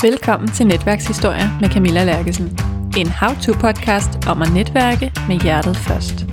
Velkommen til Netværkshistorier med Camilla Lerkesen. En how-to-podcast om at netværke med hjertet først.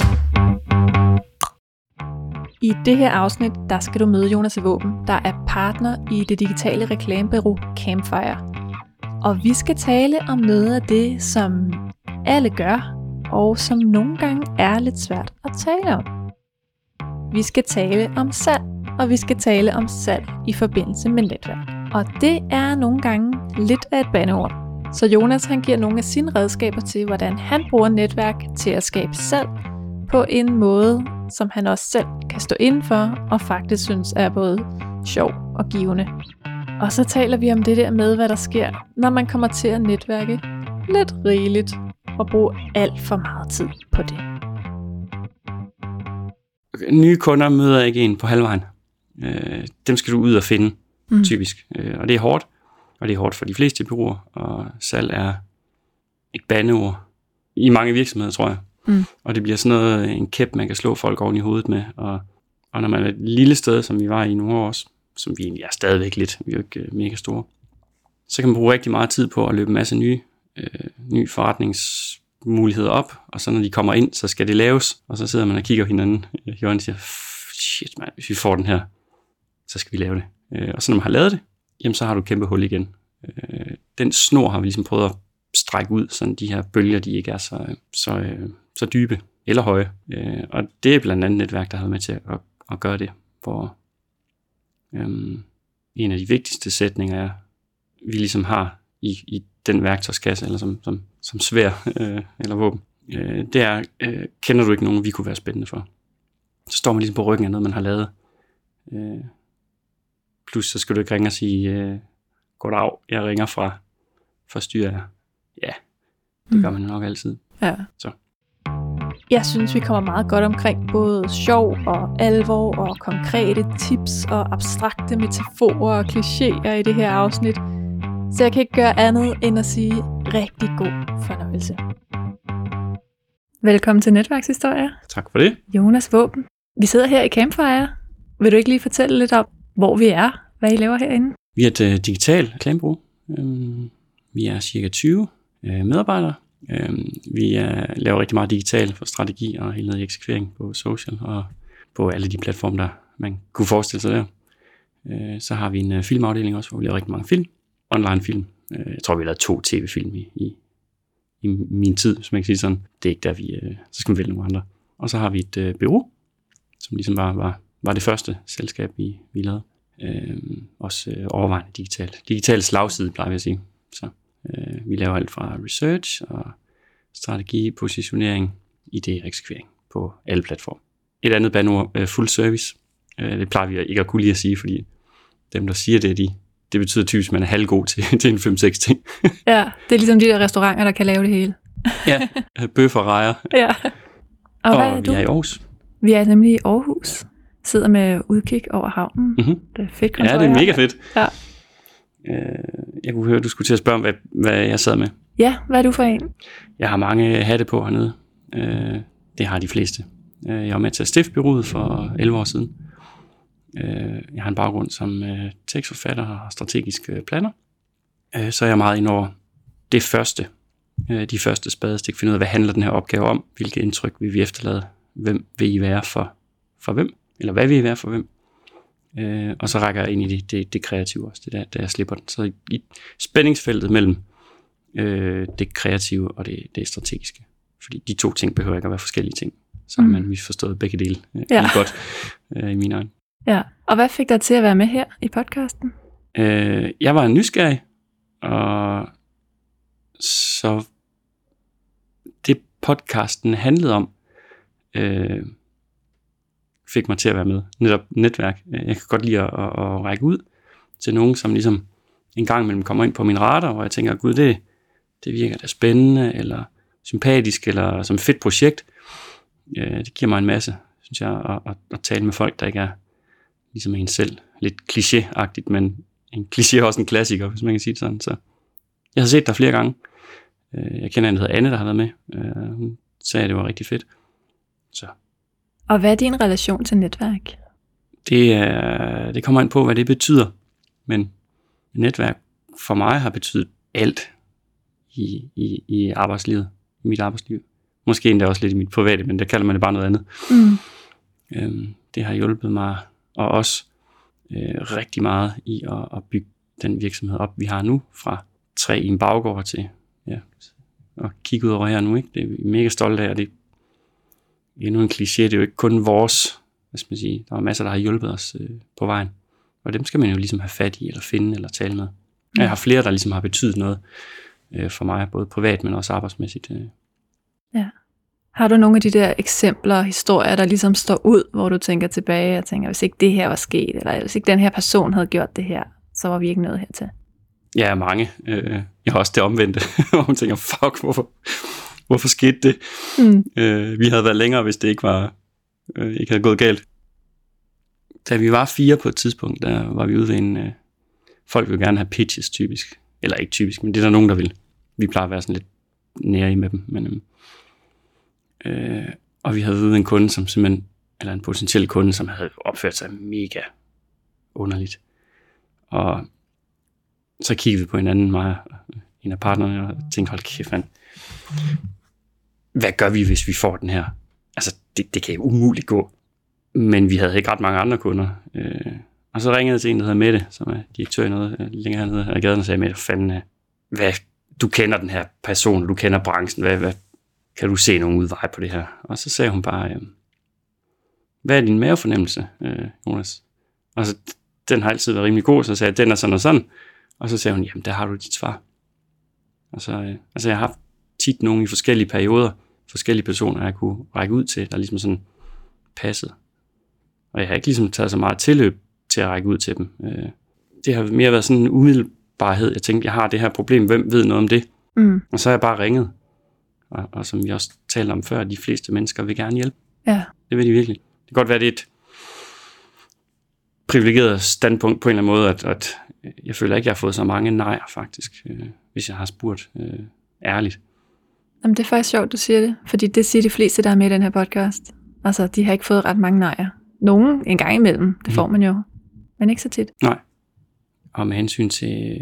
I det her afsnit, der skal du møde Jonas Våben, der er partner i det digitale reklamebureau Campfire. Og vi skal tale om noget af det, som alle gør, og som nogle gange er lidt svært at tale om. Vi skal tale om salg, og vi skal tale om salg i forbindelse med netværk. Og det er nogle gange lidt af et bandeord. Så Jonas han giver nogle af sine redskaber til, hvordan han bruger netværk til at skabe salg på en måde, som han også selv kan stå indenfor og faktisk synes er både sjov og givende. Og så taler vi om det der med, hvad der sker, når man kommer til at netværke lidt rigeligt og bruge alt for meget tid på det. Nye kunder møder ikke en på halvvejen. Dem skal du ud og finde, typisk. Og det er hårdt. Og det er hårdt for de fleste bureauer. Og salg er et bandeord i mange virksomheder, tror jeg. Og det bliver sådan noget, en kæp, man kan slå folk oven i hovedet med. Og når man er et lille sted, som vi var i nogle år også, som vi egentlig er stadigvæk lidt, vi er jo ikke mega store, så kan man bruge rigtig meget tid på at løbe en masse nye forretningsmuligheder op, og så når de kommer ind, så skal det laves, og så sidder man og kigger hinanden i øjnene og siger, shit mand, hvis vi får den her, så skal vi lave det. Og så når man har lavet det, jamen så har du et kæmpe hul igen. Den snor har vi ligesom prøvet at strække ud, så de her bølger, de ikke er så dybe eller høje. Og det er blandt andet netværk, der har været med til at gøre det, hvor en af de vigtigste sætninger er, vi ligesom har i den værktøjskasse, eller som sværd eller våben, det er, kender du ikke nogen, vi kunne være spændende for? Så står man ligesom på ryggen af noget, man har lavet. Plus så skal du ikke ringe og sige, goddag, jeg ringer fra styret. Ja, det gør man nok altid. Ja. Så. Jeg synes, vi kommer meget godt omkring både sjov og alvor og konkrete tips og abstrakte metaforer og klichéer i det her afsnit. Så jeg kan ikke gøre andet end at sige rigtig god fornøjelse. Velkommen til Netværkshistorier. Tak for det. Jonas Våben. Vi sidder her i Campfire. Vil du ikke lige fortælle lidt om, hvor vi er? Hvad I laver herinde? Vi er et digitalt reklamebureau. Vi er cirka 20 medarbejdere. Vi laver rigtig meget digital for strategi og helt ned i eksekvering på social og på alle de platforme, der man kunne forestille sig der. Så har vi en filmafdeling også, hvor vi laver rigtig mange film. Online film. Jeg tror, vi har lavet 2 tv-film i min tid, hvis man kan sige sådan. Det er ikke der, så skal vi vælge nogle andre. Og så har vi et bureau, som ligesom var det første selskab, vi lavede. Også overvejende digitalt. Digital slagside, plejer vi at sige. Så vi laver alt fra research og strategi, positionering, idé-eksekvering på alle platforme. Et andet bandord, full service. Det plejer vi ikke at kunne lide at sige, fordi dem, der siger det betyder typisk, at man er halvgod til en 5-6 ting. Ja, det er ligesom de der restauranter, der kan lave det hele. Ja, bøf og rejer. Ja. Og hvad er vi er i Aarhus. Vi er nemlig i Aarhus. Sidder med udkig over havnen. Mm-hmm. Det er fedt kontor. Ja, det er mega fedt. Ja. Jeg kunne høre, du skulle til at spørge om, hvad jeg sad med. Ja, hvad er du for en? Jeg har mange hatte på hernede. Det har de fleste. Jeg var med til at stifte bureauet for 11 år siden. Jeg har en baggrund som tekstforfatter og strategisk planner. Så er jeg meget ind over det første. De første spadestik. Finde ud af, hvad handler den her opgave om? Hvilke indtryk vil vi efterlade? Hvem vil I være for hvem? Eller hvad vil I være for hvem? Og så rækker jeg ind i det kreative også. Det der jeg slipper den. Så i spændingsfeltet mellem det kreative og det strategiske. Fordi de 2 ting behøver ikke at være forskellige ting. Så har man misforstået begge dele godt i mine øjne. Ja, og hvad fik dig til at være med her i podcasten? Jeg var nysgerrig, og så det podcasten handlede om, fik mig til at være med. Netop netværk. Jeg kan godt lide at række ud til nogen, som ligesom en gang imellem kommer ind på min radar, hvor jeg tænker, gud, det virker da spændende, eller sympatisk, eller som et fedt projekt. Det giver mig en masse, synes jeg, at tale med folk, der ikke er ligesom en selv. Lidt kliché-agtigt, men en kliché er også en klassiker, hvis man kan sige det sådan. Så jeg har set dig flere gange. Jeg kender en, der hedder Anne, der har været med. Hun sagde, at det var rigtig fedt. Så. Og hvad er din relation til netværk? Det kommer ind på, hvad det betyder. Men netværk for mig har betydet alt i arbejdslivet, i mit arbejdsliv. Måske endda også lidt i mit private, men der kalder man det bare noget andet. Det har hjulpet mig, og også rigtig meget i at bygge den virksomhed op, vi har nu, fra 3 i en baggård til at kigge ud over her nu. Ikke? Det er vi mega stolte af, og det er endnu en kliché, det er jo ikke kun vores, hvad skal man sige, der er masser, der har hjulpet os på vejen, og dem skal man jo ligesom have fat i, eller finde, eller tale med. Jeg har flere, der ligesom har betydet noget for mig, både privat, men også arbejdsmæssigt. Ja. Har du nogle af de der eksempler, historier, der ligesom står ud, hvor du tænker tilbage og tænker, hvis ikke det her var sket, eller hvis ikke den her person havde gjort det her, så var vi ikke nået hertil? Ja, mange. Jeg har også det omvendte, hvor man tænker, fuck, hvorfor skete det? Vi havde været længere, hvis det ikke havde gået galt. Da vi var 4 på et tidspunkt, der var vi ude ved en... folk vil gerne have pitches typisk. Eller ikke typisk, men det er der nogen, der vil. Vi plejer at være sådan lidt nære med dem. Men, og vi havde ude en kunde, som simpelthen... Eller en potentiel kunde, som havde opført sig mega underligt. Og så kiggede vi på hinanden, mig og en af partnerne, og tænkte, hold kæft, mand. Hvad gør vi, hvis vi får den her? Altså, det kan jo umuligt gå. Men vi havde ikke ret mange andre kunder. Og så ringede jeg til en, der hedder Mette, som er direktør i noget længere hernede af gaden, og sagde, Mette, fanden, du kender den her person, du kender branchen, hvad kan du se nogen udvej på det her? Og så sagde hun bare, hvad er din mavefornemmelse, Jonas? Og så, den har altid været rimelig god, så sagde jeg, den er sådan og sådan. Og så sagde hun, jamen der har du dit svar. Og så, jeg har haft tit nogen i forskellige perioder, forskellige personer, jeg kunne række ud til, der ligesom sådan passede. Og jeg har ikke ligesom taget så meget tilløb til at række ud til dem. Det har mere været sådan en umiddelbarhed. Jeg tænkte, jeg har det her problem, hvem ved noget om det? Og så har jeg bare ringet. Og som vi også talte om før, de fleste mennesker vil gerne hjælpe. Ja. Det vil de virkelig. Det kan godt være, det er et privilegeret standpunkt på en eller anden måde, at jeg føler ikke, jeg har fået så mange nejer faktisk, hvis jeg har spurgt ærligt. Jamen, det er faktisk sjovt, du siger det, fordi det siger de fleste, der er med i den her podcast. Altså, de har ikke fået ret mange nejer. Nogen en gang imellem, det får man jo, men ikke så tit. Nej. Og med hensyn til,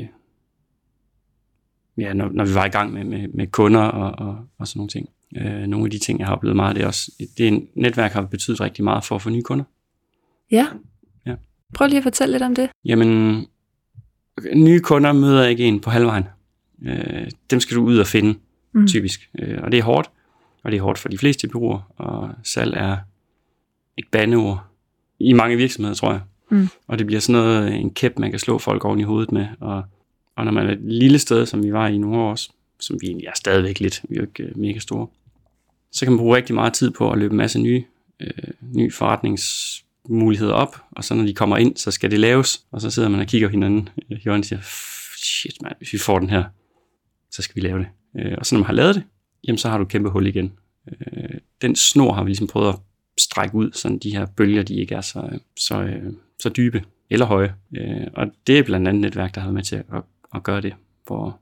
ja, når vi var i gang med kunder og sådan nogle ting. Nogle af de ting, jeg har oplevet meget, det er netværk har betydet rigtig meget for at få nye kunder. Ja. Ja. Prøv lige at fortælle lidt om det. Jamen, nye kunder møder ikke en på halvvejen. Dem skal du ud og finde, typisk. Og det er hårdt. Og det er hårdt for de fleste bureauer. Og salg er et bandeord i mange virksomheder, tror jeg. Og det bliver sådan noget, en kæp, man kan slå folk oven i hovedet med. Og når man er et lille sted, som vi var i nogle år også, som vi egentlig er stadigvæk lidt, vi er jo ikke mega store, så kan man bruge rigtig meget tid på at løbe en masse nye forretningsmuligheder op, og så når de kommer ind, så skal det laves, og så sidder man og kigger hinanden i hjørnet og siger, shit man, hvis vi får den her, så skal vi lave det. Og så når man har lavet det, jamen så har du et kæmpe hul igen. Den snor har vi ligesom prøvet at strække ud, så de her bølger, de ikke er så dybe eller høje. Og det er blandt andet netværk, der har været med til at gøre det, hvor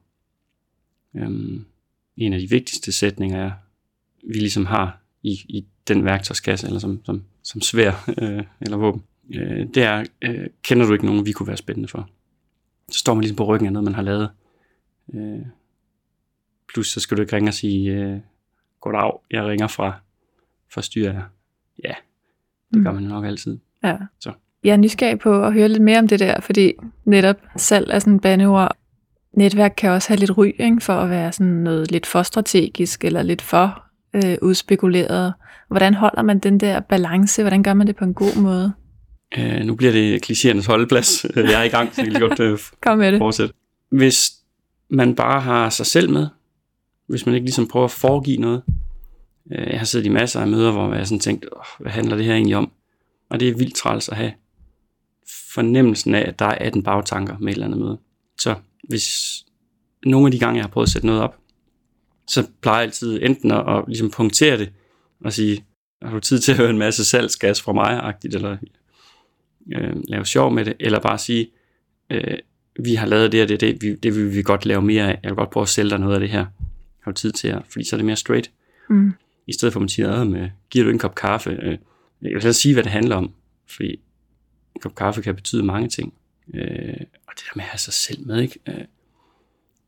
en af de vigtigste sætninger er, vi ligesom har i den værktøjskasse, eller som sværd eller våben, det er, kender du ikke nogen, vi kunne være spændende for? Så står man ligesom på ryggen af noget, man har lavet. Plus så skal du ikke ringe og sige, goddag, jeg ringer fra styrer. Ja, det gør man nok altid. Ja. Så. Jeg er nysgerrig på at høre lidt mere om det der, fordi netop salg er sådan et bandeord. Netværk kan også have lidt ry, ikke, for at være sådan noget lidt for strategisk, eller lidt for udspekuleret. Hvordan holder man den der balance? Hvordan gør man det på en god måde? Nu bliver det klichéernes holdeplads. Jeg er i gang, så jeg kan godt Kom med det. Fortsætte. Hvis man bare har sig selv med, hvis man ikke ligesom prøver at foregive noget. Jeg har siddet i masser af møder, hvor jeg sådan tænkt, hvad handler det her egentlig om? Og det er vildt træls at have fornemmelsen af, at der er 18 bagtanker med et eller andet møde. Så hvis nogle af de gange, jeg har prøvet at sætte noget op, så plejer jeg altid enten at ligesom punktere det og sige, har du tid til at høre en masse salgsgas fra mig-agtigt, eller lave sjov med det, eller bare sige, vi har lavet det og det vil vi godt lave mere af. Jeg vil godt prøve at sælge dig noget af det her. Har du tid til at, fordi så er det mere straight. I stedet for at man siger, giver du en kop kaffe? Jeg vil altså sige, hvad det handler om, fordi en kop kaffe kan betyde mange ting. Og det der med at have sig selv med, ikke?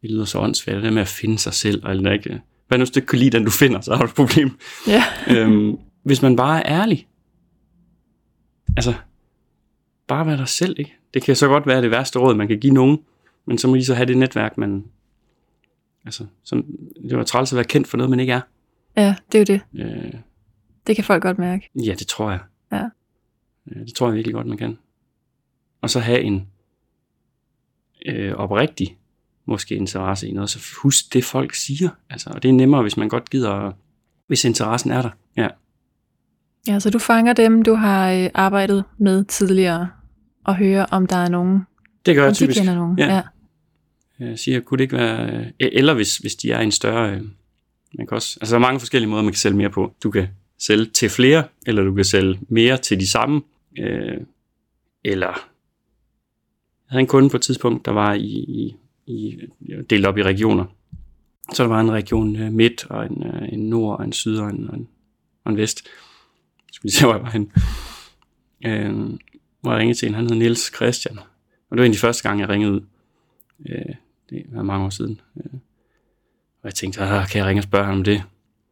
det lyder så åndssvagt, det der med at finde sig selv, og eller ikke. Hvad nu, hvis du ikke kan lide den, du finder, så har du et problem. Ja. Hvis man bare er ærlig, altså, bare være dig selv, ikke? Det kan så godt være det værste råd, man kan give nogen, men så må de så have det netværk, man, altså, det var træls at være kendt for noget, man ikke er. Ja, det er jo det. Det kan folk godt mærke. Ja, det tror jeg. Ja. Det tror jeg virkelig godt, man kan. Og så have en oprigtig, måske interesse i noget, så husk det, folk siger. Altså, og det er nemmere, hvis man godt gider, hvis interessen er der. Ja. Ja, så du fanger dem, du har arbejdet med tidligere, og hører, om der er nogen, det gør jeg om typisk. De kender nogen. Ja. Jeg siger, kunne det ikke være, eller hvis de er en større, man kan også, altså der er mange forskellige måder, man kan sælge mere på. Du kan sælge til flere, eller du kan sælge mere til de samme, eller jeg havde en kunde på et tidspunkt, der var i delt op i regioner. Så der var en region midt, og en nord, og en syd, og en vest. Jeg skulle lige se, hvor jeg var henne. Hvor jeg ringede til en, han hed Niels Christian. Og det var en af de første gange, jeg ringede ud. Det var mange år siden. Og jeg tænkte, kan jeg ringe og spørge ham om det?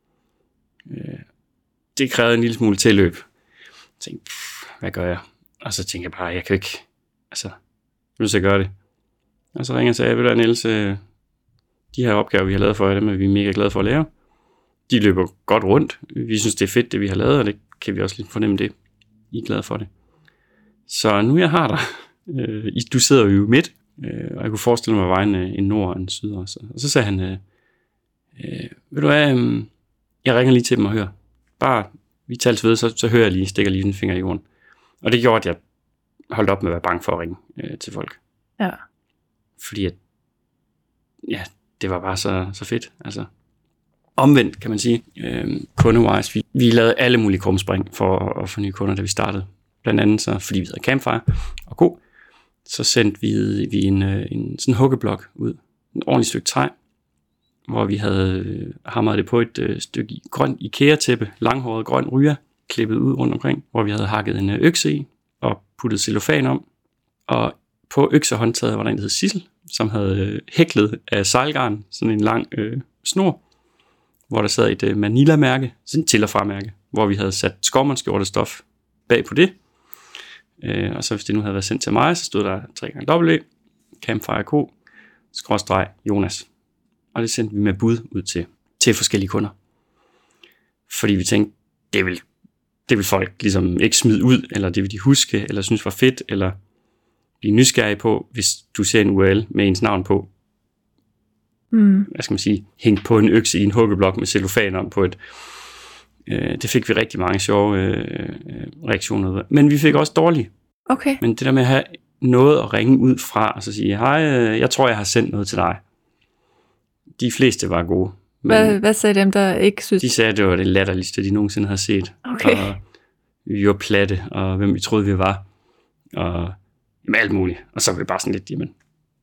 Det krævede en lille smule tilløb. Jeg tænkte, hvad gør jeg? Og så tænkte jeg bare, jeg kan ikke, altså, jeg vil så gøre det. Og så ringede jeg og sagde, ved du Niels, de her opgaver, vi har lavet for jer, dem er vi mega glade for at lave. De løber godt rundt. Vi synes, det er fedt, det vi har lavet, og det kan vi også lidt fornemme det. I er glade for det. Så nu jeg har dig. Du sidder jo midt, og jeg kunne forestille mig, at der var en nord og en syd også. Og så sagde han, ved du hvad, jeg ringer lige til dem og hører. Bare, vi tales ved, så hører jeg lige, stikker lige en finger i jorden. Og det gjorde, at jeg holdt op med at være bange for at ringe til folk. Ja. Fordi at, ja, det var bare så fedt. Altså, omvendt kan man sige, kundewise, vi lavede alle mulige krumspring for at få nye kunder, da vi startede. Blandt andet så, fordi vi havde Campfire og Go, så sendte vi en sådan huggeblok ud, en ordentlig stykke træ, hvor vi havde hamret det på et stykke grønt IKEA-tæppe, langhåret grøn ryger, klippet ud rundt omkring, hvor vi havde hakket en økse i og puttet cellofan om. Og på øksehåndtaget var der en, der hed Sissel, som havde hæklet af sejlgarn, sådan en lang snor, hvor der sad et Manila-mærke, sådan et til- og fra-mærke, hvor vi havde sat skovmandsskjortestof bag på det. Og så hvis det nu havde været sendt til mig, så stod der 3x Campfire Co. /Jonas. Og det sendte vi med bud ud til forskellige kunder. Fordi vi tænkte, det vil folk ligesom ikke smide ud, eller det vil de huske, eller synes var fedt, eller blive nysgerrige på, hvis du ser en URL med ens navn på. Hvad skal man sige? Hængt på en økse i en huggeblok med cellofan om på et. Det fik vi rigtig mange sjove reaktioner ud af. Men vi fik også dårlige. Okay. Men det der med at have noget at ringe ud fra, og så sige, hej, jeg tror, jeg har sendt noget til dig. De fleste var gode. Hvad sagde dem, der ikke synes? De sagde, at det var det latterligste, de nogensinde havde set. Okay. Og vi var platte, og hvem vi troede, vi var. Og jamen, alt muligt. Og så var det bare sådan lidt, jamen,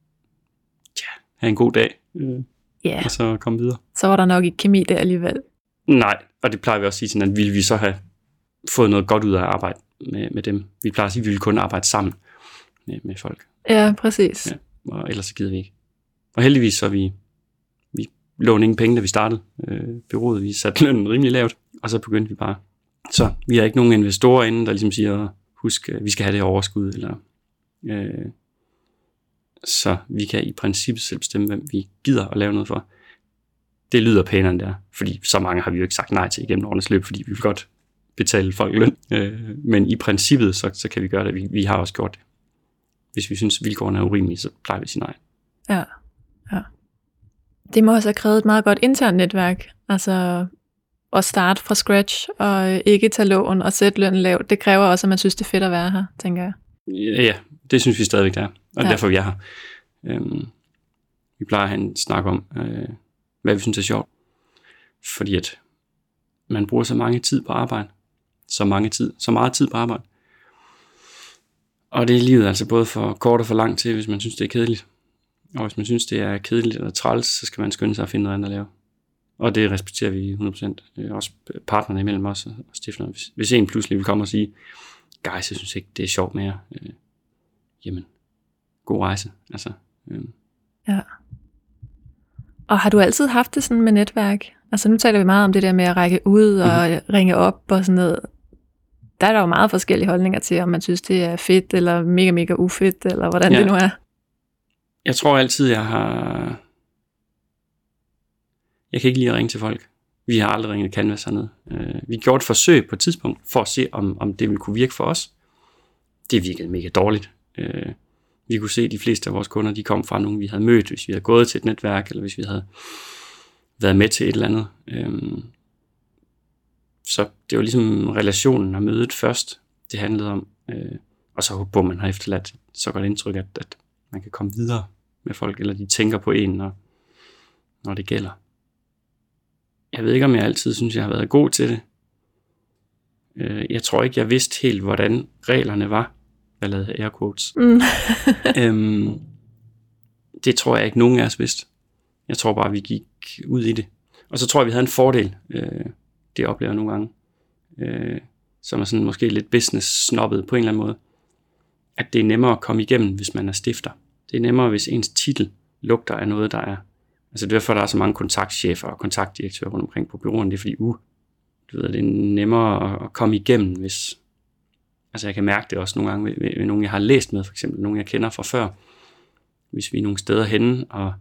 have en god dag. Yeah. Og så komme videre. Så var der nok ikke kemi der alligevel. Nej, og det plejer vi også at sige sådan, at ville vi så have fået noget godt ud af at arbejde med dem. Vi plejer at sige, at vi ville kun arbejde sammen med folk. Ja, præcis. Ja, og ellers så gider vi ikke. Og heldigvis så vi lånede ingen penge, da vi startede bureauet. Vi satte lønnen rimelig lavt, og så begyndte vi bare. Så vi har ikke nogen investorer inde, der ligesom siger, husk, vi skal have det overskud. Eller, så vi kan i princippet selv bestemme, hvem vi gider at lave noget for. Det lyder pænere end det er, fordi så mange har vi jo ikke sagt nej til igennem årenes løb, fordi vi vil godt betale folk løn. Men i princippet, så kan vi gøre det. Vi har også gjort det. Hvis vi synes, vilkårene er urimelige, så plejer vi at sige nej. Ja. Det må også have krævet et meget godt internt netværk. Altså at starte fra scratch og ikke tage lån og sætte lønnen lavt. Det kræver også, at man synes, det er fedt at være her, tænker jeg. Ja, det synes vi stadigvæk, der er. Og derfor vi er her. Vi plejer at have en snak om, hvad vi synes er sjovt. Fordi at man bruger så mange tid på arbejde. Så meget tid på arbejde. Og det er livet altså både for kort og for lang tid, hvis man synes, det er kedeligt. Og hvis man synes, det er kedeligt eller træls, så skal man skynde sig at finde noget andet at lave. Og det respekterer vi 100%. Også partnerne imellem os og stifterne. Hvis en pludselig vil komme og sige, guys, jeg synes ikke, det er sjovt mere. Jamen, god rejse. Altså, Ja. Og har du altid haft det sådan med netværk? Altså nu taler vi meget om det der med at række ud og ringe op og sådan noget. Der er der jo meget forskellige holdninger til, om man synes, det er fedt eller mega, mega ufedt, eller hvordan det nu er. Jeg tror altid, jeg kan ikke lide at ringe til folk. Vi har aldrig ringet Canvas hernede. Vi gjorde et forsøg på et tidspunkt, for at se, om det ville kunne virke for os. Det virkede mega dårligt. Vi kunne se, at de fleste af vores kunder, de kom fra nogen, vi havde mødt, hvis vi havde gået til et netværk, eller hvis vi havde været med til et eller andet. Så det var ligesom relationen og mødet først, det handlede om. Og så håber man har efterladt så godt indtryk, at man kan komme videre med folk, eller de tænker på en, når det gælder. Jeg ved ikke, om jeg altid synes, jeg har været god til det. Jeg tror ikke, jeg vidste helt, hvordan reglerne var. Jeg lavede air quotes. Det tror jeg ikke, nogen af os vidste. Jeg tror bare, vi gik ud i det. Og så tror jeg, vi havde en fordel. Det oplever jeg nogle gange. Som er sådan måske lidt business-snobbet på en eller anden måde. At det er nemmere at komme igennem, hvis man er stifter. Det er nemmere, hvis ens titel lugter af noget, der er. Altså det er derfor, der er så mange kontaktchefer og kontaktdirektører rundt omkring på byråerne. Det er fordi, det er nemmere at komme igennem, hvis... Altså jeg kan mærke det også nogle gange ved nogen, jeg har læst med, for eksempel nogen, jeg kender fra før. Hvis vi er nogle steder henne, og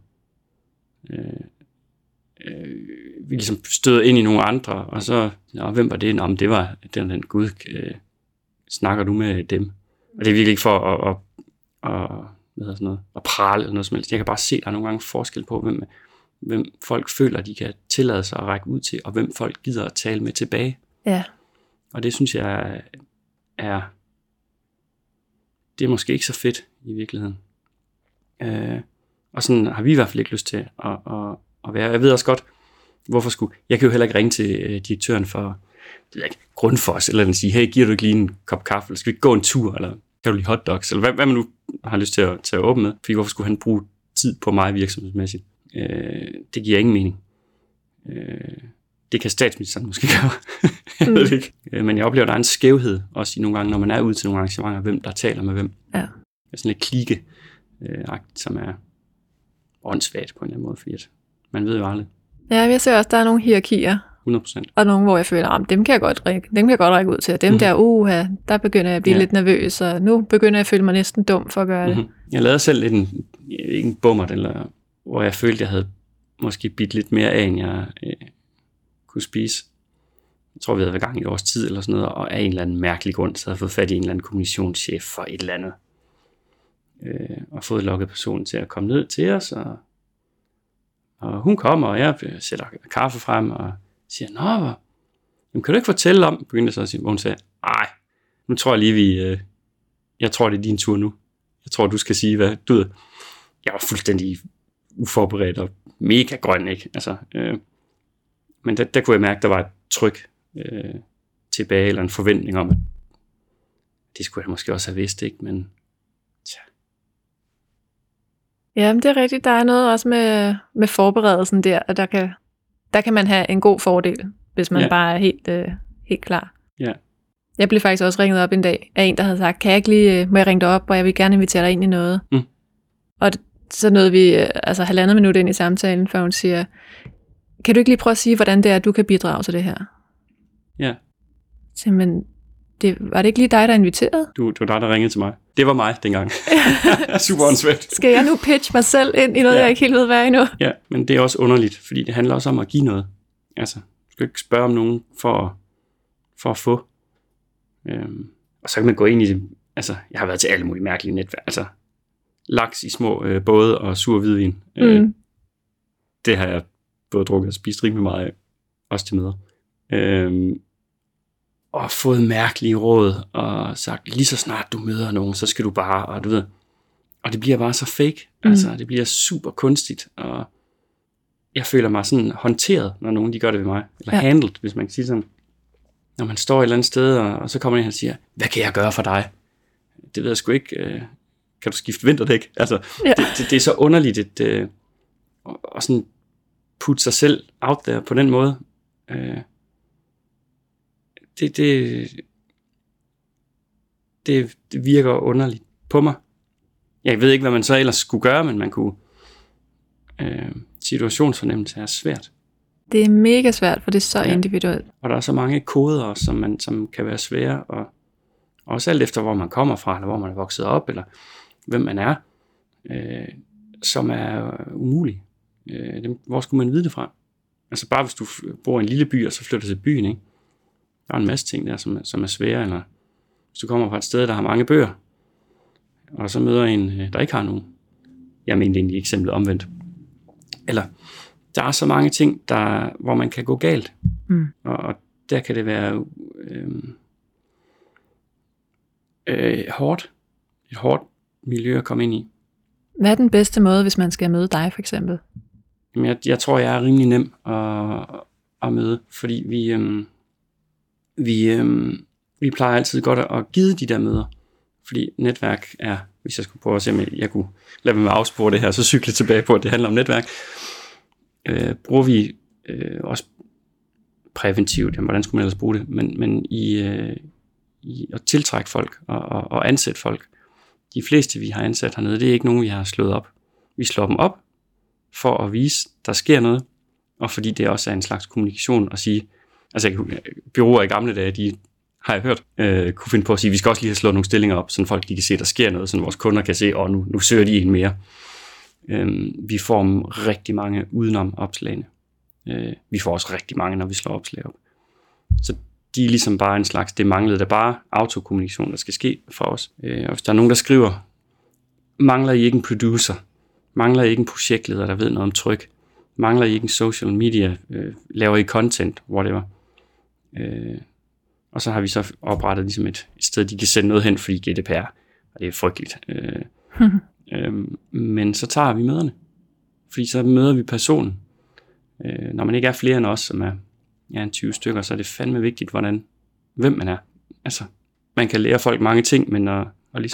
vi ligesom støder ind i nogle andre, og så, hvem var det? Nå, men det var den Gud, snakker du med dem? Og det er virkelig ikke for at prale eller noget som helst. Jeg kan bare se, at der er nogle gange forskel på, hvem folk føler, de kan tillade sig at række ud til, og hvem folk gider at tale med tilbage. Ja. Og det synes jeg det er måske ikke så fedt i virkeligheden. Og sådan har vi i hvert fald ikke lyst til at være. Jeg ved også godt, jeg kan jo heller ikke ringe til direktøren for Grundfos, eller den sige, hey, giver du ikke lige en kop kaffe, eller skal vi gå en tur, eller kan du lige hotdogs, eller hvad man nu har lyst til at tage åben med, fordi hvorfor skulle han bruge tid på mig virksomhedsmæssigt? Det giver ingen mening. Det kan statsministeren måske gøre. Jeg ved det ikke. Men jeg oplever, at der er en skævhed, også i nogle gange, når man er ude til nogle arrangementer, hvem der taler med hvem. Ja. Det er sådan lidt klike, som er åndssvagt på en eller anden måde, fordi man ved jo aldrig. Ja, jeg ser også, at der er nogle hierarkier. 100%. Og nogle, hvor jeg føler, at dem kan jeg godt række ud til. Og dem der begynder jeg at blive lidt nervøs, og nu begynder jeg at føle mig næsten dum for at gøre det. Jeg lavede selv lidt en bummert, eller hvor jeg følte, jeg havde måske bidt lidt mere af, end jeg kunne spise. Jeg tror, vi havde været i gang i et års tid eller sådan noget, og af en eller anden mærkelig grund, så havde jeg fået fat i en eller anden kommunikationschef for et eller andet. Og fået lokket personen til at komme ned til os, og hun kommer, og jeg sætter kaffe frem, og siger, nå, kan du ikke fortælle om, begyndte så at sige, hvor hun sagde, ej, nu tror jeg lige, jeg tror, det er din tur nu. Jeg tror, du skal sige, hvad du ved. Jeg var fuldstændig uforberedt og mega grøn, ikke? Altså, men der kunne jeg mærke, der var et tryk tilbage, eller en forventning om, at det skulle jeg måske også have vidst, ikke? Men tja. Ja, men det er rigtigt. Der er noget også med forberedelsen der, og der kan man have en god fordel, hvis man bare er helt klar. Ja. Jeg blev faktisk også ringet op en dag af en, der havde sagt, kan jeg ikke lige, må jeg ringe dig op, og jeg vil gerne invitere dig ind i noget. Og så nåede vi 1,5 minut ind i samtalen, før hun siger, kan du ikke lige prøve at sige, hvordan det er, at du kan bidrage til det her? Ja. Men var det ikke lige dig, der inviterede? Det var dig, der ringede til mig. Det var mig dengang. Super åndssvagt. Skal jeg nu pitche mig selv ind i noget, jeg ikke helt ved, hvad er endnu? Ja, men det er også underligt, fordi det handler også om at give noget. Altså, du skal ikke spørge om nogen for at få. Og så kan man gå ind i det. Altså, jeg har været til alle mulige mærkelige netværk. Altså, laks i små både og sur hvidvin. Det har jeg både drukket og spist rimelig meget af. Også til møder. Og fået mærkelige råd, og sagt, lige så snart du møder nogen, så skal du bare, og du ved. Og det bliver bare så fake. Altså, det bliver super kunstigt, og jeg føler mig sådan håndteret, når nogen de gør det ved mig. Eller handlet, hvis man kan sige sådan. Når man står et eller andet sted, og så kommer en og siger, hvad kan jeg gøre for dig? Det ved jeg sgu ikke. Kan du skifte vinterdæk? Altså, det er så underligt, at sådan putte sig selv out there på den måde. Det virker underligt på mig. Jeg ved ikke, hvad man så ellers skulle gøre, men man kunne situationsfornemmelse er svært. Det er mega svært, for det er så individuelt. Og der er så mange koder, som kan være svære, og også alt efter, hvor man kommer fra, eller hvor man er vokset op, eller hvem man er, som er umulige. Hvor skulle man vide det fra? Altså bare hvis du bor i en lille by, og så flytter til byen, ikke? Der er en masse ting der, som er svære, eller hvis du kommer fra et sted, der har mange bøger, og så møder en, der ikke har nogen. Jeg mener egentlig eksemplet omvendt. Eller der er så mange ting, hvor man kan gå galt. Og der kan det være hårdt. Et hårdt miljø at komme ind i. Hvad er den bedste måde, hvis man skal møde dig, for eksempel? Jamen, jeg tror, jeg er rimelig nem at møde, fordi vi plejer altid godt at give de der møder. Fordi netværk er, hvis jeg skulle prøve at se, om jeg kunne lade mig afspore det her, så cykle tilbage på, at det handler om netværk. Bruger vi også præventivt, jamen, hvordan skulle man ellers bruge det, men i at tiltrække folk og ansætte folk. De fleste, vi har ansat hernede, det er ikke nogen, vi har slået op. Vi slår dem op for at vise, der sker noget, og fordi det også er en slags kommunikation at sige, altså bureauer i gamle dage, de har jeg hørt, kunne finde på at sige, vi skal også lige have slået nogle stillinger op, så folk de kan se, der sker noget, så vores kunder kan se, nu søger de en mere. Vi får rigtig mange udenom opslagene. Vi får også rigtig mange, når vi slår opslag op. Så de er ligesom bare en slags, det manglede der bare autokommunikation, der skal ske for os. Og hvis der er nogen, der skriver, mangler I ikke en producer? Mangler I ikke en projektleder, der ved noget om tryk? Mangler I ikke en social media? Laver I content? Whatever. Og så har vi så oprettet ligesom et sted, de kan sende noget hen, fordi GDPR, og det er frygteligt. Men så tager vi møderne. Fordi så møder vi personen. Når man ikke er flere end os, som er en 20 stykker, så er det fandme vigtigt, hvem man er. Altså, man kan lære folk mange ting, men at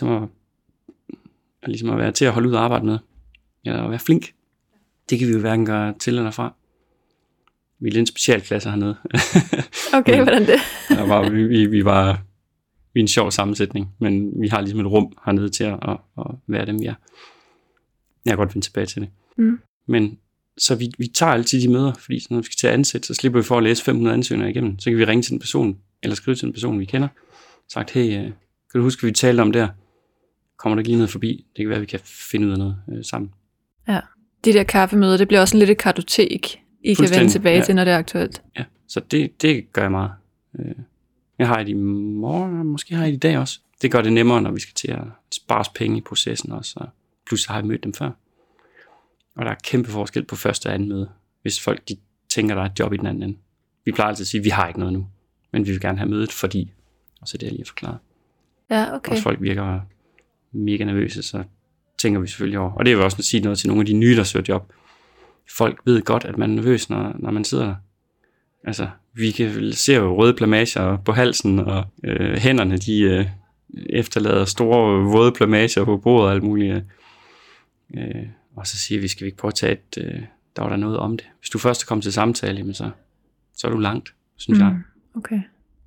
være til at holde ud og arbejde med, eller at være flink, det kan vi jo hverken gøre til eller fra. Vi er lidt en specialklasse hernede. Okay, hvordan det? Vi var en sjov sammensætning, men vi har ligesom et rum hernede til at være dem, vi er. Jeg kan godt vende tilbage til det. Men så vi tager altid de møder, fordi når vi skal til at ansætte, så slipper vi for at læse 500 ansøgninger igennem. Så kan vi ringe til en person, eller skrive til en person, vi kender, sagt, hey, kan du huske, hvad vi talte om der? Kommer der ikke lige noget forbi? Det kan være, at vi kan finde ud af noget sammen. Ja, de der kaffemøder, det bliver også lidt et kartotek, I kan vende tilbage til, når det er aktuelt. Ja, så det gør jeg meget. Jeg har det i morgen, måske har jeg det i dag også. Det gør det nemmere, når vi skal til at spare penge i processen også, og pludselig har jeg mødt dem før. Og der er kæmpe forskel på første og anden møde, hvis folk de tænker, der er et job i den anden ende. Vi plejer altid at sige, at vi har ikke noget nu, men vi vil gerne have mødet, fordi, og så det er lige at forklare. Ja, okay. Hvis folk virker mega nervøse, så tænker vi selvfølgelig over. Og det er jo også at sige noget til nogle af de nye, der søger job. Folk ved godt, at man er nervøs, når man sidder der. Altså, vi kan se jo røde plamager på halsen, og hænderne, de efterlader store våde plamager på bordet og alt muligt. Og så siger vi, skal vi ikke prøve at tage der var der noget om det. Hvis du først kommer til samtale, jamen så er du langt, synes jeg. Okay.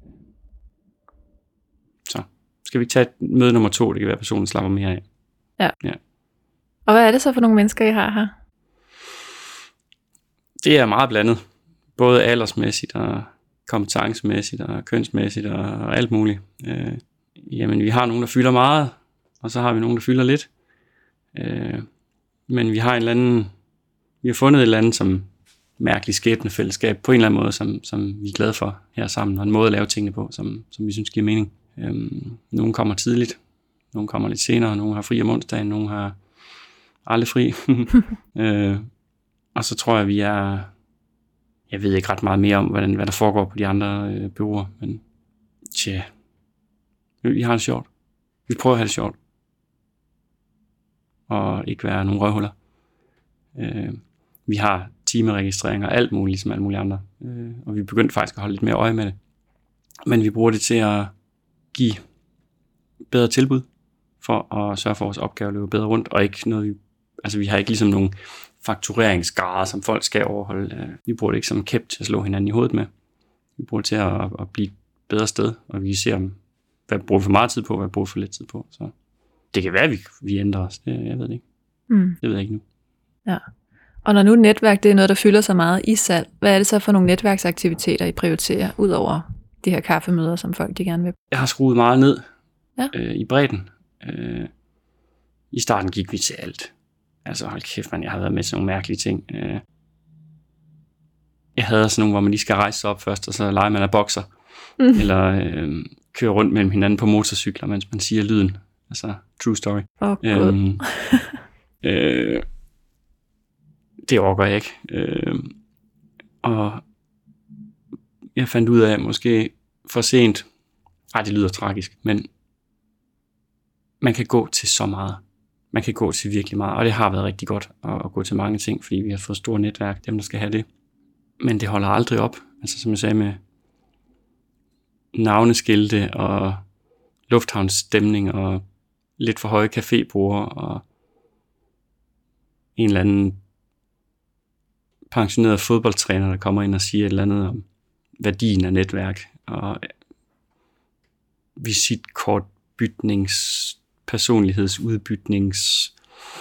Så skal vi ikke tage møde nummer 2, det kan være, at personen slapper mere af. Ja. Og hvad er det så for nogle mennesker, I har her? Det er meget blandet. Både aldersmæssigt og kompetencemæssigt og kønsmæssigt og alt muligt. Jamen, vi har nogen, der fylder meget, og så har vi nogen, der fylder lidt. Men vi har fundet et eller andet som mærkeligt skæbnefællesskab på en eller anden måde, som vi er glade for her sammen, og en måde at lave tingene på, som vi synes giver mening. Nogle kommer tidligt, nogle kommer lidt senere, nogle har fri om onsdagen, nogle har aldrig fri. Og så tror jeg, jeg ved ikke ret meget mere om, hvad der foregår på de andre bureauer, men vi har det sjovt. Vi prøver at have det sjovt. Og ikke være nogle røvhuller. Vi har timeregistreringer og alt muligt, ligesom alle mulige andre. Og vi begyndte faktisk at holde lidt mere øje med det. Men vi bruger det til at give bedre tilbud, for at sørge for, at vores opgave løber bedre rundt, og ikke noget, vi har ikke ligesom nogle faktureringsgrader, som folk skal overholde. Vi bruger det ikke som en kæp til at slå hinanden i hovedet med. Vi bruger det til at blive et bedre sted, og vi kan se, hvad bruger vi for meget tid på, hvad bruger vi for lidt tid på. Så det kan være, at vi ændrer os. Jeg ved det ikke. Det ved jeg ikke nu. Ja. Og når nu netværk, det er noget, der fylder så meget i salg, hvad er det så for nogle netværksaktiviteter, I prioriterer, ud over de her kaffemøder, som folk de gerne vil? Jeg har skruet meget ned i bredden. I starten gik vi til alt. Altså hold kæft, man, jeg har været med til nogle mærkelige ting. Jeg havde sådan nogle, hvor man lige skal rejse sig op først, og så leger man af bokser. Eller køre rundt mellem hinanden på motorcykler, mens man siger lyden. Altså, true story. Det orker jeg ikke. Og jeg fandt ud af, måske for sent, det lyder tragisk, men man kan gå til så meget. Man kan gå til virkelig meget, og det har været rigtig godt at gå til mange ting, fordi vi har fået store netværk, dem der skal have det. Men det holder aldrig op. Altså som jeg sagde med navneskilte og lufthavnsstemning og lidt for høje caféborde og en eller anden pensioneret fodboldtræner, der kommer ind og siger et eller andet om værdien af netværk og visitkortbytnings, personlighedsudbytnings,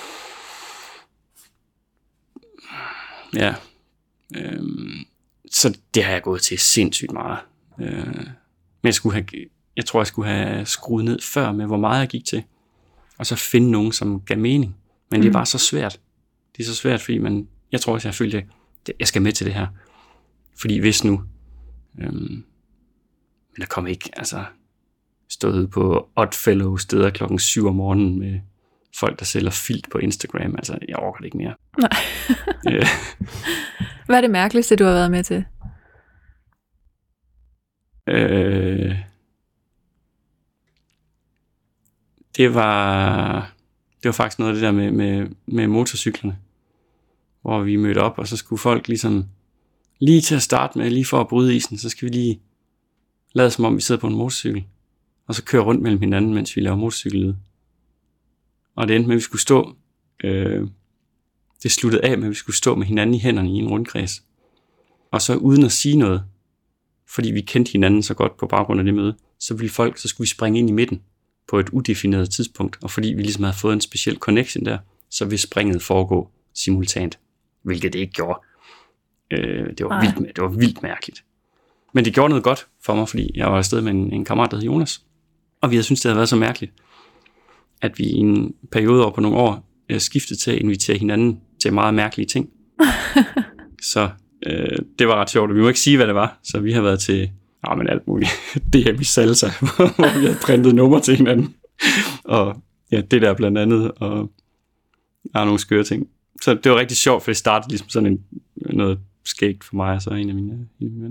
så det har jeg gået til sindssygt meget. Men jeg tror, jeg skulle have skruet ned før med, hvor meget jeg gik til, og så finde nogen, som gav mening. Men det er bare så svært. Det er så svært, fordi jeg tror også, jeg følte, at jeg skal med til det her. Fordi hvis nu, men der kom ikke, stået på Oddfellow steder klokken 7 om morgenen med folk, der sælger filt på Instagram. Altså, jeg orker det ikke mere. Nej. Hvad er det mærkeligste, du har været med til? Det var faktisk noget af det der med motorcyklerne, hvor vi mødte op, og så skulle folk ligesom lige til at starte med, lige for at bryde isen, så skal vi lige lade som om vi sidder på en motorcykel, og så køre rundt mellem hinanden, mens vi laver motorcykellyd. Og det endte med, at vi skulle stå, det sluttede af med, at vi skulle stå med hinanden i hænderne i en rundkreds. Og så uden at sige noget, fordi vi kendte hinanden så godt på baggrund af det møde, så skulle vi springe ind i midten på et udefineret tidspunkt. Og fordi vi ligesom havde fået en speciel connection der, så ville springet foregå simultant, hvilket det ikke gjorde. Det var vildt mærkeligt. Men det gjorde noget godt for mig, fordi jeg var afsted med en kammerat, der hed Jonas. Og vi havde syntes, det havde været så mærkeligt, at vi i en periode over på nogle år skiftede til at invitere hinanden til meget mærkelige ting. Så det var ret sjovt, og vi må ikke sige, hvad det var. Så vi har været til alt muligt. DM i salsa, hvor vi havde printet numre til hinanden. Og ja, det der blandt andet, og nogle skøre ting. Så det var rigtig sjovt, for det startede ligesom sådan noget skægt for mig, og så en af mine venner.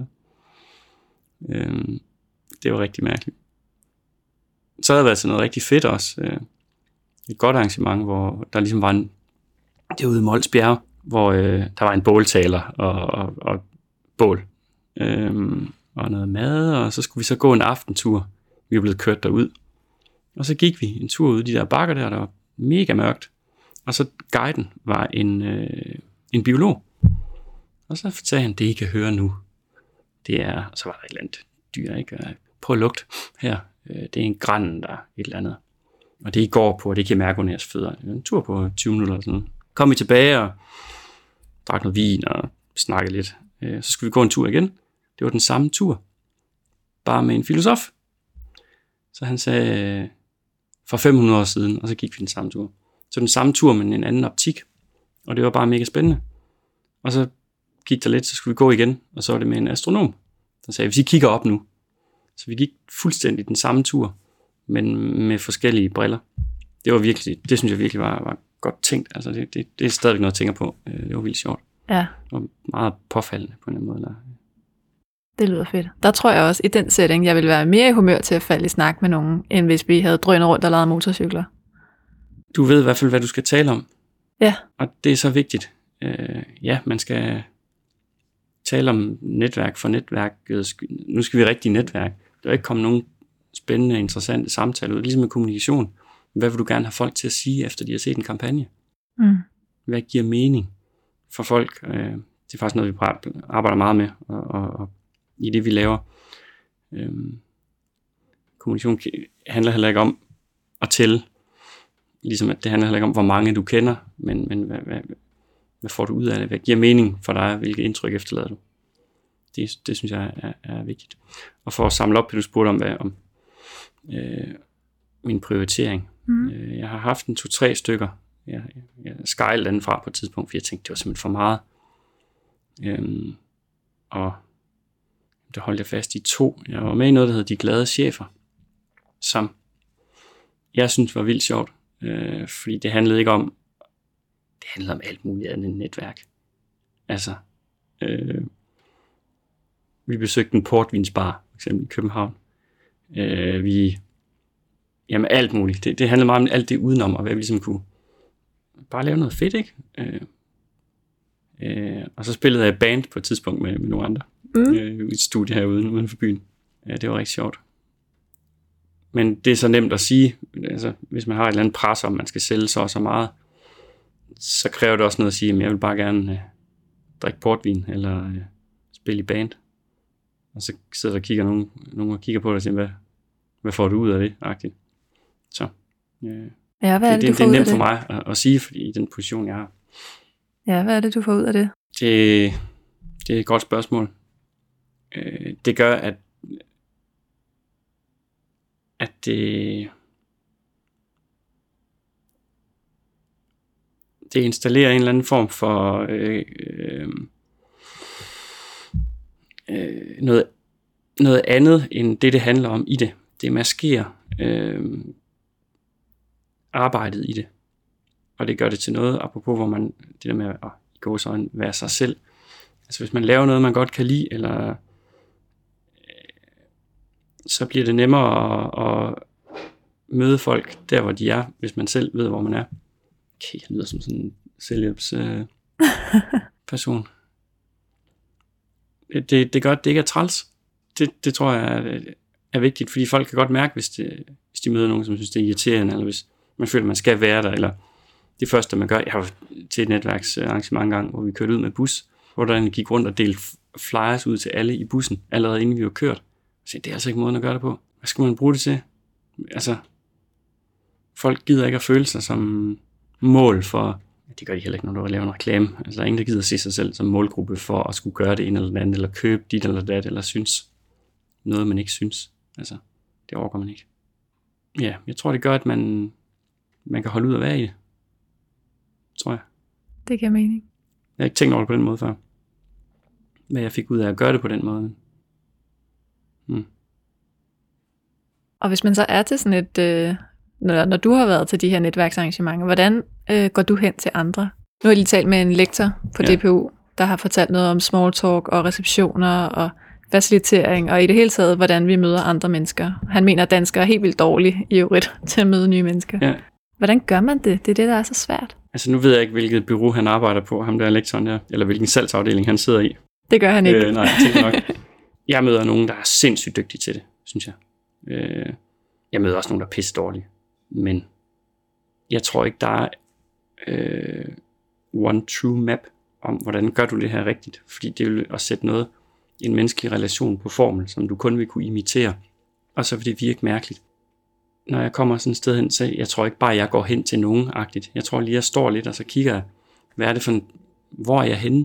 Det var rigtig mærkeligt. Så havde det været sådan noget rigtig fedt også. Et godt arrangement, hvor der ligesom var det var ude i Mols Bjerge, hvor der var en båltaler og bål. Og noget mad, og så skulle vi så gå en aftentur. Vi var blevet kørt derud. Og så gik vi en tur ud i de der bakker der var mega mørkt. Og så guiden var en biolog. Og så sagde han, det I kan høre nu, det er, og så var der et eller andet dyr, ikke? Prøv at lugte her. Det er en gran, der er et eller andet. Og det I går på, det kan I mærke under jeres fødder. Det er en tur på 20 minutter eller sådan noget. Kom I tilbage og drak noget vin og snakkede lidt. Så skulle vi gå en tur igen. Det var den samme tur, bare med en filosof. Så han sagde, for 500 år siden, og så gik vi den samme tur. Så den samme tur, men en anden optik. Og det var bare mega spændende. Og så gik der lidt, så skulle vi gå igen, og så var det med en astronom, der sagde, hvis I kigger op nu. Så vi gik fuldstændig den samme tur, men med forskellige briller. Det synes jeg virkelig var godt tænkt. Altså det er stadigvæk noget, jeg tænker på. Det var vildt sjovt. Ja. Og meget påfaldende på en måde. Det lyder fedt. Der tror jeg også, i den setting, jeg ville være mere i humør til at falde i snak med nogen, end hvis vi havde drønet rundt og lavet motorcykler. Du ved i hvert fald, hvad du skal tale om. Ja. Og det er så vigtigt. Man skal tale om netværk for netværket. Nu skal vi rigtig netværk. Der er ikke kommet nogen spændende, interessante samtaler ud. Ligesom med kommunikation. Hvad vil du gerne have folk til at sige, efter de har set en kampagne? Hvad giver mening for folk? Det er faktisk noget, vi arbejder meget med, og i det, vi laver. Kommunikation handler heller ikke om at tælle, ligesom at det handler heller ikke om, hvor mange du kender, men Hvad får du ud af det? Hvad giver mening for dig? Hvilket indtryk efterlader du? Det synes jeg er vigtigt. Og for at samle op, du spurgte om min prioritering. Jeg har haft 2-3 stykker. Jeg skejlede den fra på et tidspunkt, fordi jeg tænkte, det var simpelthen for meget. Og der holdt jeg fast i 2. Jeg var med i noget, der hedder De Glade Chefer, som jeg synes var vildt sjovt, fordi det handlede om alt muligt andet end netværk. Altså, vi besøgte en portvinsbar, for eksempel i København. Jamen alt muligt. Det handlede meget om alt det udenom, og hvad vi ligesom kunne bare lave noget fedt, ikke? Og så spillede jeg band på et tidspunkt med nogle andre. I et studie herude uden for byen. Det var rigtig sjovt. Men det er så nemt at sige, altså, hvis man har et eller andet pres om, man skal sælge så meget, så kræver det også noget at sige, at jeg vil bare gerne drikke portvin, eller spille i band. Og så sidder der og kigger nogen og kigger på dig og siger, hvad får du ud af det? Agtigt. Så hvad er det det er nemt for mig at sige, fordi i den position, jeg har. Ja, hvad er det, du får ud af det? Det er et godt spørgsmål. Det gør, at det installerer en eller anden form for noget andet end det handler om i det. Det maskerer arbejdet i det. Og det gør det til noget, apropos hvor man, det der med at gå så være sig selv. Altså hvis man laver noget, man godt kan lide, eller så bliver det nemmere at møde folk der, hvor de er, hvis man selv ved, hvor man er. Okay, jeg lyder som sådan en selvhjælps person. Det gør, at det ikke er træls. Det tror jeg er vigtigt, fordi folk kan godt mærke, hvis de møder nogen, som synes, det er irriterende, eller hvis man føler, man skal være der, eller det første, man gør. Jeg har til et netværksarrangement engang, hvor vi kørte ud med bus, hvor der gik rundt og delte flyers ud til alle i bussen, allerede inden vi var kørt. Så det er altså ikke måden at gøre det på. Hvad skal man bruge det til? Altså, folk gider ikke at føle sig som mål for, det gør de heller ikke, når du laver en reklame. Altså, der er ingen, der gider at se sig selv som målgruppe for at skulle gøre det ene eller det andet, eller købe dit eller dat, eller synes noget, man ikke synes. Altså, det overgår man ikke. Ja, jeg tror, det gør, at man kan holde ud og være i det. Tror jeg. Det giver mening. Jeg har ikke tænkt over det på den måde før. Hvad jeg fik ud af at gøre det på den måde. Og hvis man så er til sådan et, når du har været til de her netværksarrangementer, hvordan går du hen til andre? Nu har jeg lige talt med en lektor på DPU, der har fortalt noget om small talk og receptioner og facilitering, og i det hele taget, hvordan vi møder andre mennesker. Han mener, at danskere er helt vildt dårlige i øvrigt til at møde nye mennesker. Ja. Hvordan gør man det? Det er det, der er så svært. Altså nu ved jeg ikke, hvilket bureau han arbejder på, ham der lektoren der, eller hvilken salgsafdeling han sidder i. Det gør han ikke. Nej, jeg tænker nok. Jeg møder nogen, der er sindssygt dygtige til det, synes jeg. Jeg møder også nogen, der er pisse dårlige. Men jeg tror ikke, der er one true map om, hvordan gør du det her rigtigt. Fordi det vil at sætte en menneskelig relation på formel, som du kun vil kunne imitere. Og så vil det virke mærkeligt. Når jeg kommer sådan et sted hen, så jeg tror ikke bare, jeg går hen til nogen-agtigt. Jeg tror lige, jeg står lidt, og så kigger jeg, hvad er det for hvor er jeg henne?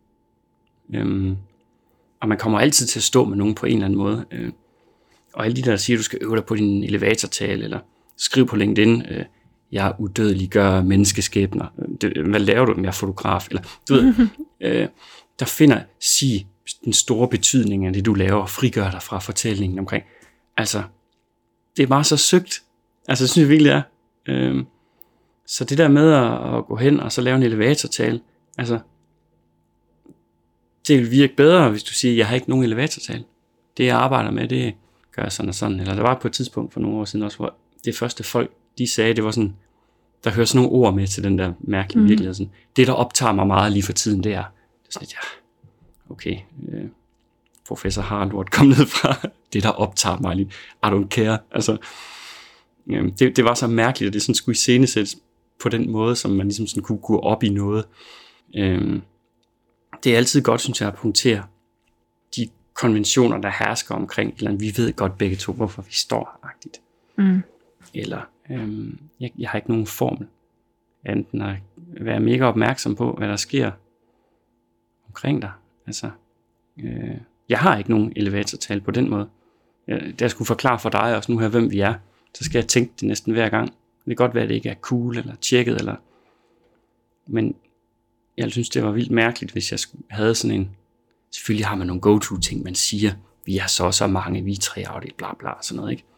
Og man kommer altid til at stå med nogen på en eller anden måde. Og alle de der siger, du skal øve dig på din elevatortale, eller skriv på LinkedIn, jeg udødeliggør menneskeskæbner. Hvad laver du, om jeg er fotograf? Eller, du ved, der sig den store betydning af det, du laver, og frigør dig fra fortællingen omkring. Altså, det er bare så søgt. Altså, det synes jeg virkelig er. Så det der med at gå hen og så lave en elevatortale, altså, det vil virke bedre, hvis du siger, jeg har ikke nogen elevatortale. Det jeg arbejder med, det gør jeg sådan og sådan. Eller der var på et tidspunkt for nogle år siden også, hvor det første folk, de sagde, det var sådan, der hører sådan nogle ord med til den der mærkelige virkelighed. Sådan, det, der optager mig meget lige for tiden, det er sådan, ja, okay, professor Harald kom ned fra, det, der optager mig lige, I don't care. Altså, det var så mærkeligt, at det sådan skulle iscenesættes på den måde, som man ligesom sådan kunne gå op i noget. Det er altid godt, synes jeg, at punktere de konventioner, der hersker omkring, eller vi ved godt begge to, hvorfor vi står-agtigt. Eller, jeg har ikke nogen formel, enten være mega opmærksom på, hvad der sker omkring dig. Altså, jeg har ikke nogen elevatortale på den måde. Da jeg skulle forklare for dig også nu her, hvem vi er, så skal jeg tænke det næsten hver gang. Det kan godt være, at det ikke er cool eller tjekket, men jeg synes, det var vildt mærkeligt, hvis jeg havde sådan en... Selvfølgelig har man nogle go-to-ting, man siger, vi er så mange, vi er 3 afdelinger, bla bla, sådan noget, ikke?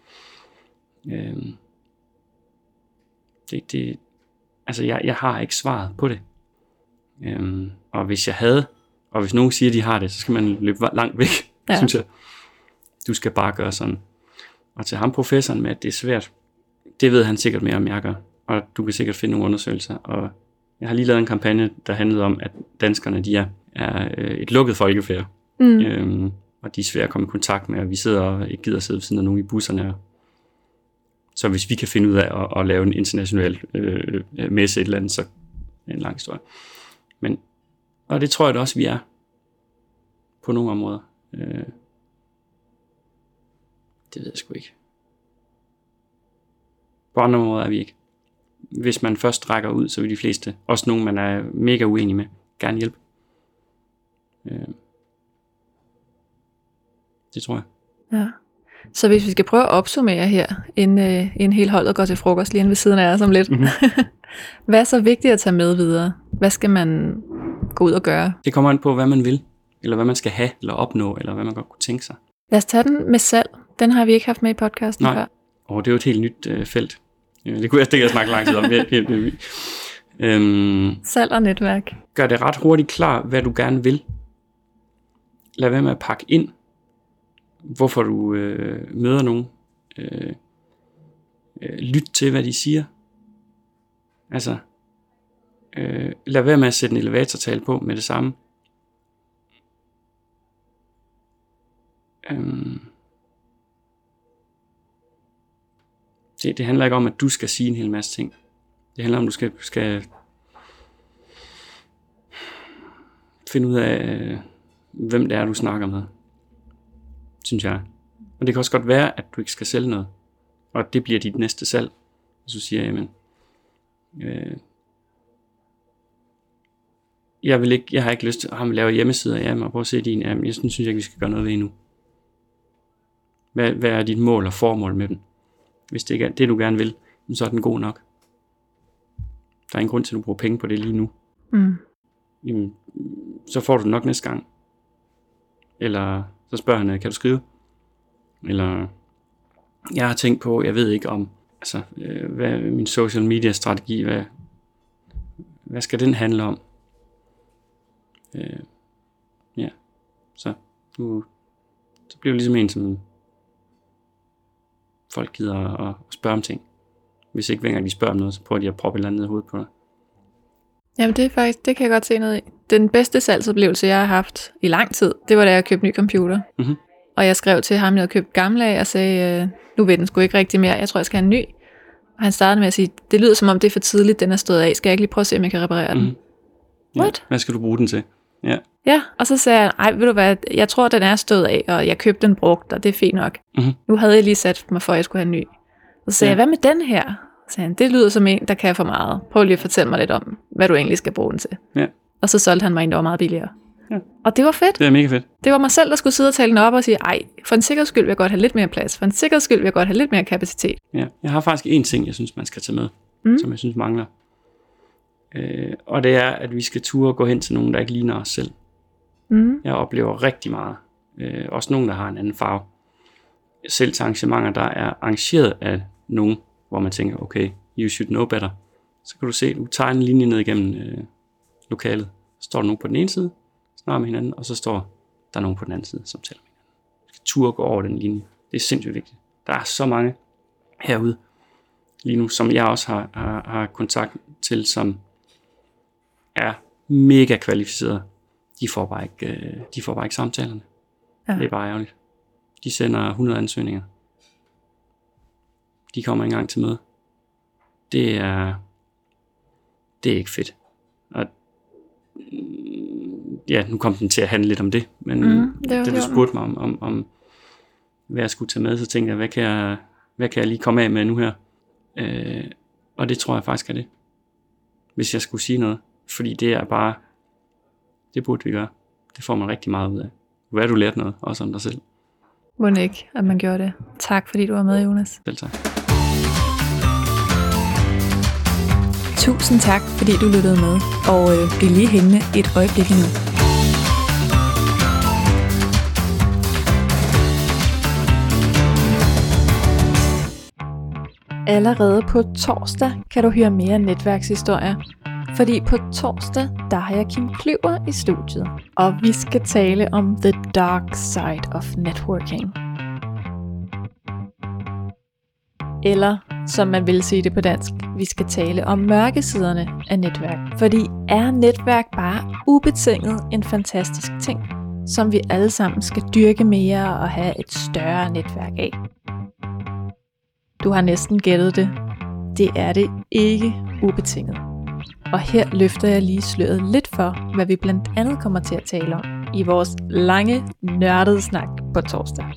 Altså, jeg har ikke svaret på det. Og hvis jeg havde, og hvis nogen siger, de har det, så skal man løbe langt væk, synes jeg. Du skal bare gøre sådan. Og til ham professoren med, at det er svært, det ved han sikkert mere om jeg gør. Og du kan sikkert finde nogle undersøgelser. Og jeg har lige lavet en kampagne, der handlede om, at danskerne, de er et lukket folkefærd. Og de er svære at komme i kontakt med, og vi sidder og ikke gider sidde ved siden af nogen i busserne. Så hvis vi kan finde ud af at lave en international messe et eller andet, så er det en lang historie. Og det tror jeg da også, vi er på nogle områder. Det ved jeg sgu ikke. På andre områder er vi ikke. Hvis man først rækker ud, så vil de fleste, også nogen man er mega uenig med, gerne hjælpe. Det tror jeg. Ja. Så hvis vi skal prøve at opsummere her, inden hele holdet går til frokost lige ved siden af os om lidt. Mm-hmm. Hvad er så vigtigt at tage med videre? Hvad skal man gå ud og gøre? Det kommer an på, hvad man vil, eller hvad man skal have, eller opnå, eller hvad man godt kunne tænke sig. Lad os tage den med salg. Den har vi ikke haft med i podcasten før. Det er jo et helt nyt felt. Det kunne jeg snakke lang tid om. Salg og netværk. Gør det ret hurtigt klar, hvad du gerne vil. Lad være med at pakke ind, hvorfor du møder nogen. Lyt til, hvad de siger. Altså, lad være med at sætte en elevatortale på med det samme. Det handler ikke om, at du skal sige en hel masse ting. Det handler om, at du skal finde ud af, hvem det er, du snakker med. Synes jeg. Og det kan også godt være, at du ikke skal sælge noget. Og det bliver dit næste salg. Og så siger jeg, jamen, jeg har ikke lyst til at lave hjemmesider. Ja, men prøv at se din. Jamen, jeg synes ikke, vi skal gøre noget ved endnu. Hvad er dit mål og formål med den? Hvis det ikke er det, du gerne vil, så er den god nok. Der er ingen grund til, at du bruger penge på det lige nu. Jamen, så får du det nok næste gang. Eller så spørger han, kan du skrive? Eller jeg har tænkt på, jeg ved ikke om, altså, hvad er min social media strategi, hvad skal den handle om? Ja, så bliver det ligesom en, som folk gider at spørge om ting. Hvis ikke hver gang de spørger om noget, så prøver de at proppe et eller andet ned i hovedet på dig. Jamen det kan jeg godt se noget i. Den bedste salgsoplevelse, jeg har haft i lang tid, det var da jeg købte ny computer. Mm-hmm. Og jeg skrev til ham, jeg havde købt gamle af, og sagde, nu ved den sgu ikke rigtig mere, jeg tror, jeg skal have en ny. Og han startede med at sige, det lyder som om det er for tidligt, den er stået af. Skal jeg ikke lige prøve at se, om jeg kan reparere den? Mm-hmm. What? Ja, hvad skal du bruge den til? Ja, og så sagde jeg, ved du hvad, jeg tror, den er stået af, og jeg købte den brugt, og det er fint nok. Mm-hmm. Nu havde jeg lige sat mig for, at jeg skulle have en ny. Og så sagde jeg, hvad med den her? Så sagde han, det lyder som en, der kan for meget. Prøv lige at fortælle mig lidt om, hvad du egentlig skal bruge den til. Ja. Og så solgte han mig en, der var meget billigere. Ja. Og det var fedt. Det er mega fedt. Det var mig selv, der skulle sidde og tale den op og sige, for en sikkerheds skyld vil jeg godt have lidt mere plads. For en sikkerheds skyld vil jeg godt have lidt mere kapacitet. Ja, jeg har faktisk en ting, jeg synes, man skal tage med, som jeg synes mangler. Og det er, at vi skal turde gå hen til nogen, der ikke ligner os selv. Jeg oplever rigtig meget. Også nogen, der har en anden farve. Selv til arrangementer, der er arrangeret af nogen, hvor man tænker, okay, you should know better. Så kan du se, du tager en linje ned igennem lokalet. Så står der nogen på den ene side, snakker med hinanden, og så står der nogen på den anden side, som taler med hinanden. Du skal turde gå over den linje. Det er sindssygt vigtigt. Der er så mange herude lige nu, som jeg også har kontakt til, som er mega kvalificerede. De får bare ikke samtalerne. Ja. Det er bare ærgerligt. De sender 100 ansøgninger. De kommer ikke engang til møde. Det er ikke fedt. Og ja, nu kom den til at handle lidt om det, men da du spurgte mig om hvad jeg skulle tage med, så tænkte jeg, hvad kan jeg lige komme af med nu her? Og det tror jeg faktisk er det. hvis jeg skulle sige noget. Fordi det er bare, det burde vi gøre. Det får man rigtig meget ud af. Hvad har du lært noget, også om dig selv? Må ikke, at man gjorde det. Tak fordi du var med, Jonas. Selv tak. Tusind tak, fordi du lyttede med, og bliv lige hængende et øjeblik endnu. Allerede på torsdag kan du høre mere netværkshistorier, fordi på torsdag, der har jeg Kim Kløver i studiet, og vi skal tale om the dark side of networking. Eller, som man vil sige det på dansk, vi skal tale om mørkesiderne af netværk. Fordi er netværk bare ubetinget en fantastisk ting, som vi alle sammen skal dyrke mere og have et større netværk af? Du har næsten gættet det. Det er det ikke ubetinget. Og her løfter jeg lige sløret lidt for, hvad vi blandt andet kommer til at tale om i vores lange, nørdede snak på torsdag.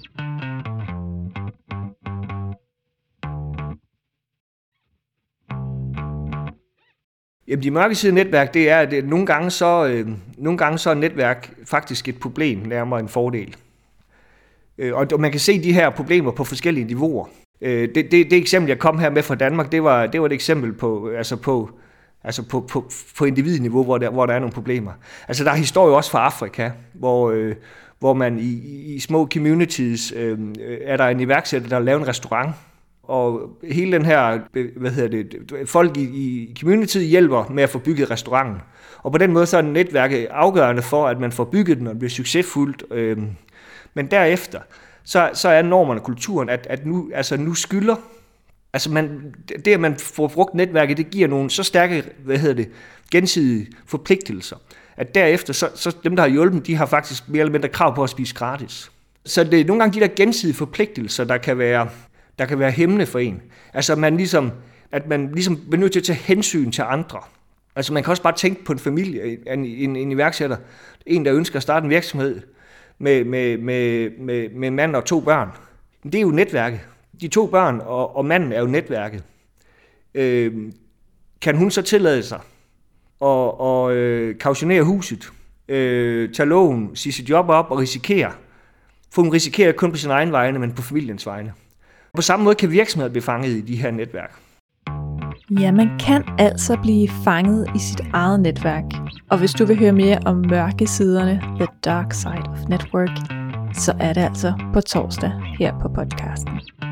Jamen, de mørkesidige netværk, det er, at nogle gange så er netværk faktisk et problem, nærmere en fordel. Og man kan se de her problemer på forskellige niveauer. Det eksempel, jeg kom her med fra Danmark, det var et eksempel på individniveau, hvor der er nogle problemer. Altså, der er historier også fra Afrika, hvor man i små communities er der en iværksætter, der laver en restaurant. Og hele den her, folk i communityet hjælper med at få bygget restauranten. Og på den måde så er netværket afgørende for, at man får bygget den, og det bliver succesfuldt. Men derefter, så er normerne og kulturen, at nu skylder, det at man får brugt netværket, det giver nogle så stærke, gensidige forpligtelser, at derefter, så dem, der har hjulpet, de har faktisk mere eller mindre krav på at spise gratis. Så det er nogle gange de der gensidige forpligtelser, der kan være hæmmende for en. Altså man ligesom bliver nødt til at tage hensyn til andre. Altså man kan også bare tænke på en familie, en iværksætter, en der ønsker at starte en virksomhed med en mand og 2 børn. Det er jo netværket. De 2 børn og manden er jo netværket. Kan hun så tillade sig at kautionere huset, tage lån, sige sit job op og risikere? For hun risikerer kun på sin egen vegne, men på familiens vegne. På samme måde kan virksomheder blive fanget i de her netværk. Ja, man kan altså blive fanget i sit eget netværk. Og hvis du vil høre mere om mørkesiderne, the dark side of network, så er det altså på torsdag her på podcasten.